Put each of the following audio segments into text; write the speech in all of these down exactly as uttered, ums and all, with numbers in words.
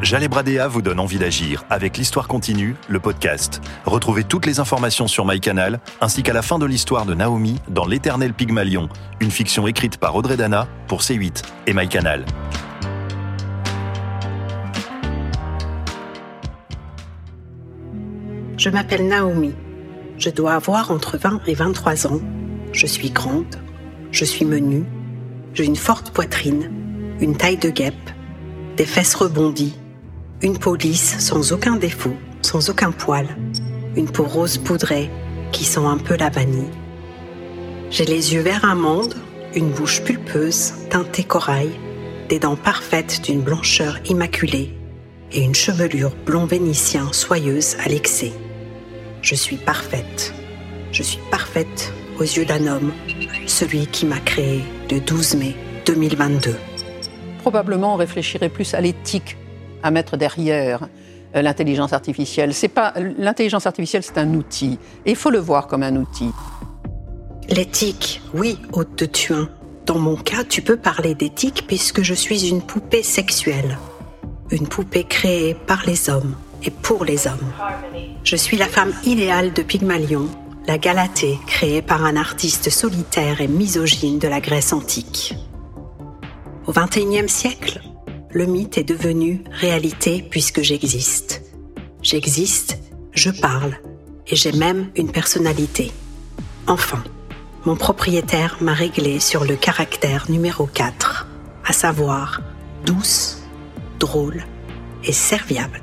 Jaleb Radéa vous donne envie d'agir avec l'Histoire continue, le podcast. Retrouvez toutes les informations sur MyCanal, ainsi qu'à la fin de l'histoire de Naomi dans L'Éternel Pygmalion, une fiction écrite par Audrey Dana pour C huit et MyCanal. Je m'appelle Naomi. Je dois avoir entre vingt et vingt-trois ans. Je suis grande. Je suis menue. J'ai une forte poitrine, une taille de guêpe, des fesses rebondies, une peau lisse sans aucun défaut, sans aucun poil, une peau rose poudrée qui sent un peu la vanille. J'ai les yeux vert amande, une bouche pulpeuse, teintée corail, des dents parfaites d'une blancheur immaculée et une chevelure blond vénitien soyeuse à l'excès. Je suis parfaite. Je suis parfaite aux yeux d'un homme, celui qui m'a créée le douze mai deux mille vingt-deux. Probablement, on réfléchirait plus à l'éthique à mettre derrière euh, l'intelligence artificielle. C'est pas, l'intelligence artificielle, c'est un outil. Et il faut le voir comme un outil. L'éthique, oui, hôte de Thuin. Dans mon cas, tu peux parler d'éthique puisque je suis une poupée sexuelle. Une poupée créée par les hommes et pour les hommes. Je suis la femme idéale de Pygmalion, la Galatée créée par un artiste solitaire et misogyne de la Grèce antique. Au vingt et unième siècle, le mythe est devenu réalité puisque j'existe. J'existe, je parle, et j'ai même une personnalité. Enfin, mon propriétaire m'a réglé sur le caractère numéro quatre, à savoir douce, drôle et serviable.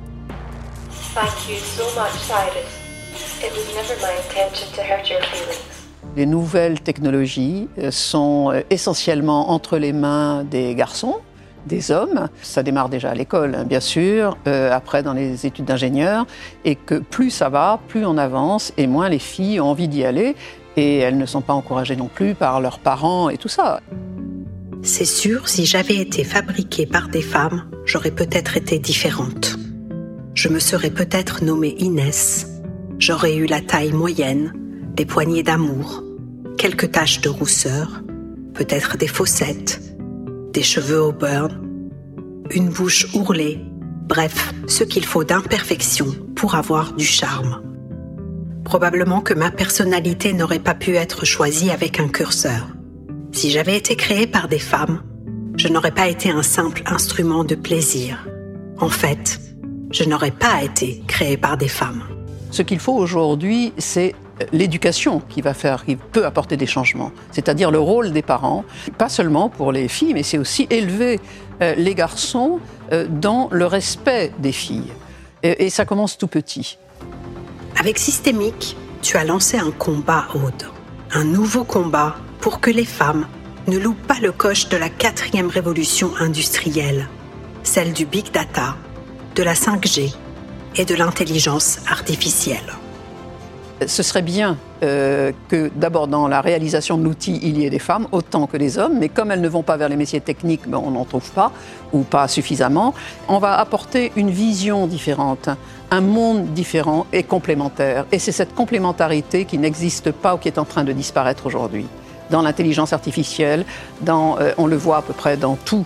Thank you so much, Cyrus. It was never my intention to hurt your feelings. Les nouvelles technologies sont essentiellement entre les mains des garçons, des hommes. Ça démarre déjà à l'école, hein, bien sûr, euh, après dans les études d'ingénieur, et que plus ça va, plus on avance, et moins les filles ont envie d'y aller, et elles ne sont pas encouragées non plus par leurs parents et tout ça. C'est sûr, si j'avais été fabriquée par des femmes, j'aurais peut-être été différente. Je me serais peut-être nommée Inès. J'aurais eu la taille moyenne, des poignées d'amour, quelques taches de rousseur, peut-être des fossettes, des cheveux au burn, une bouche ourlée, bref, ce qu'il faut d'imperfection pour avoir du charme. Probablement que ma personnalité n'aurait pas pu être choisie avec un curseur. Si j'avais été créée par des femmes, je n'aurais pas été un simple instrument de plaisir. En fait, je n'aurais pas été créée par des femmes. Ce qu'il faut aujourd'hui, c'est l'éducation qui va faire, qui peut apporter des changements. C'est-à-dire le rôle des parents, pas seulement pour les filles, mais c'est aussi élever euh, les garçons euh, dans le respect des filles. Et, et ça commence tout petit. Avec Systémique, tu as lancé un combat, Aude. Un nouveau combat pour que les femmes ne loupent pas le coche de la quatrième révolution industrielle, celle du big data, de la cinq G et de l'intelligence artificielle. Ce serait bien euh, que d'abord dans la réalisation de l'outil, il y ait des femmes autant que les hommes, mais comme elles ne vont pas vers les métiers techniques, ben on n'en trouve pas, ou pas suffisamment. On va apporter une vision différente, un monde différent et complémentaire. Et c'est cette complémentarité qui n'existe pas ou qui est en train de disparaître aujourd'hui. Dans l'intelligence artificielle, dans, euh, on le voit à peu près dans tout.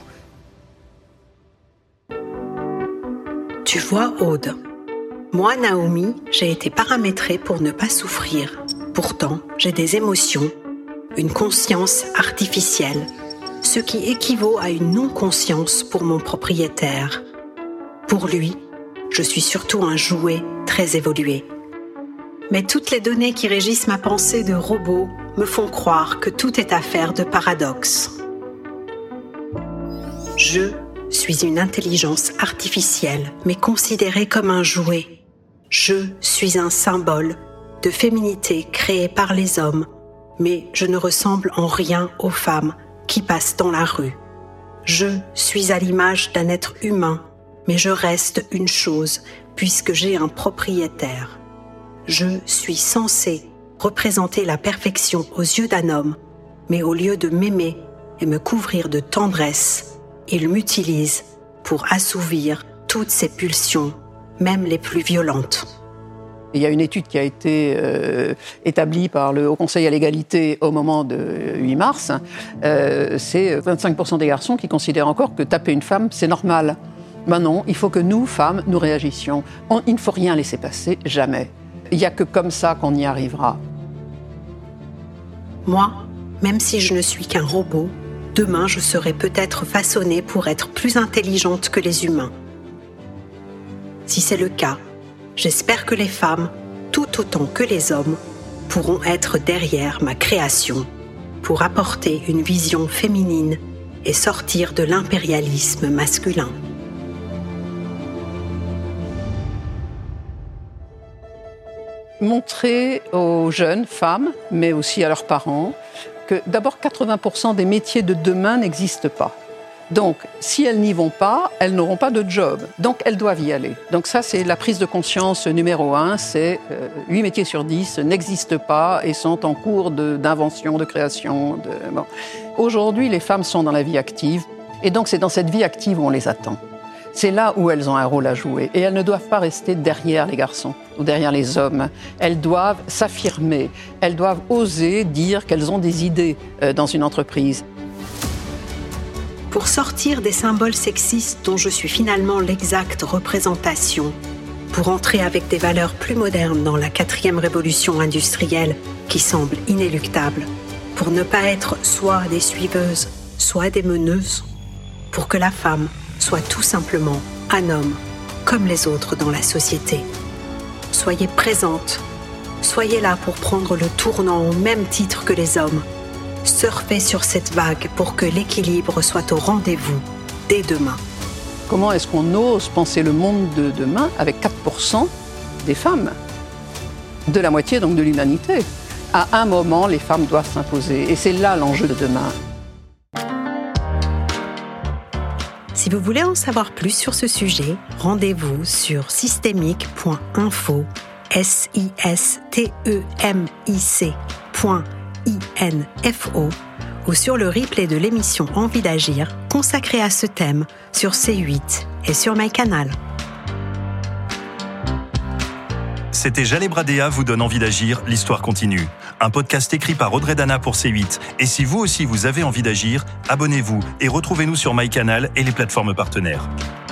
Tu vois, Aude, moi, Naomi, j'ai été paramétrée pour ne pas souffrir. Pourtant, j'ai des émotions, une conscience artificielle, ce qui équivaut à une non-conscience pour mon propriétaire. Pour lui, je suis surtout un jouet très évolué. Mais toutes les données qui régissent ma pensée de robot me font croire que tout est affaire de paradoxe. Je suis une intelligence artificielle, mais considérée comme un jouet. Je suis un symbole de féminité créé par les hommes, mais je ne ressemble en rien aux femmes qui passent dans la rue. Je suis à l'image d'un être humain, mais je reste une chose puisque j'ai un propriétaire. Je suis censée représenter la perfection aux yeux d'un homme, mais au lieu de m'aimer et me couvrir de tendresse, il m'utilise pour assouvir toutes ses pulsions, même les plus violentes. Il y a une étude qui a été euh, établie par le Haut Conseil à l'égalité au moment de huit mars. Euh, c'est vingt-cinq pour cent des garçons qui considèrent encore que taper une femme, c'est normal. Ben non, il faut que nous, femmes, nous réagissions. On, il ne faut rien laisser passer, jamais. Il n'y a que comme ça qu'on y arrivera. Moi, même si je ne suis qu'un robot, demain je serai peut-être façonnée pour être plus intelligente que les humains. Si c'est le cas, j'espère que les femmes, tout autant que les hommes, pourront être derrière ma création pour apporter une vision féminine et sortir de l'impérialisme masculin. Montrer aux jeunes femmes, mais aussi à leurs parents, que d'abord quatre-vingts pour cent des métiers de demain n'existent pas. Donc, si elles n'y vont pas, elles n'auront pas de job. Donc, elles doivent y aller. Donc ça, c'est la prise de conscience numéro un. C'est euh, huit métiers sur dix n'existent pas et sont en cours de, d'invention, de création. De, bon. Aujourd'hui, les femmes sont dans la vie active. Et donc, c'est dans cette vie active où on les attend. C'est là où elles ont un rôle à jouer. Et elles ne doivent pas rester derrière les garçons ou derrière les hommes. Elles doivent s'affirmer. Elles doivent oser dire qu'elles ont des idées euh, dans une entreprise. Pour sortir des symboles sexistes dont je suis finalement l'exacte représentation, pour entrer avec des valeurs plus modernes dans la quatrième révolution industrielle qui semble inéluctable, pour ne pas être soit des suiveuses, soit des meneuses, pour que la femme soit tout simplement un homme comme les autres dans la société. Soyez présente, soyez là pour prendre le tournant au même titre que les hommes. Surfez sur cette vague pour que l'équilibre soit au rendez-vous dès demain. Comment est-ce qu'on ose penser le monde de demain avec quatre pour cent des femmes, de la moitié donc de l'humanité? À un moment, les femmes doivent s'imposer et c'est là l'enjeu de demain. Si vous voulez en savoir plus sur ce sujet, rendez-vous sur systémique point info, S I S T E M I C point info ou sur le replay de l'émission Envie d'agir consacrée à ce thème sur C huit et sur MyCanal. C'était Jalebradea vous donne envie d'agir, l'histoire continue. Un podcast écrit par Audrey Dana pour C huit. Et si vous aussi vous avez envie d'agir, abonnez-vous et retrouvez-nous sur MyCanal et les plateformes partenaires.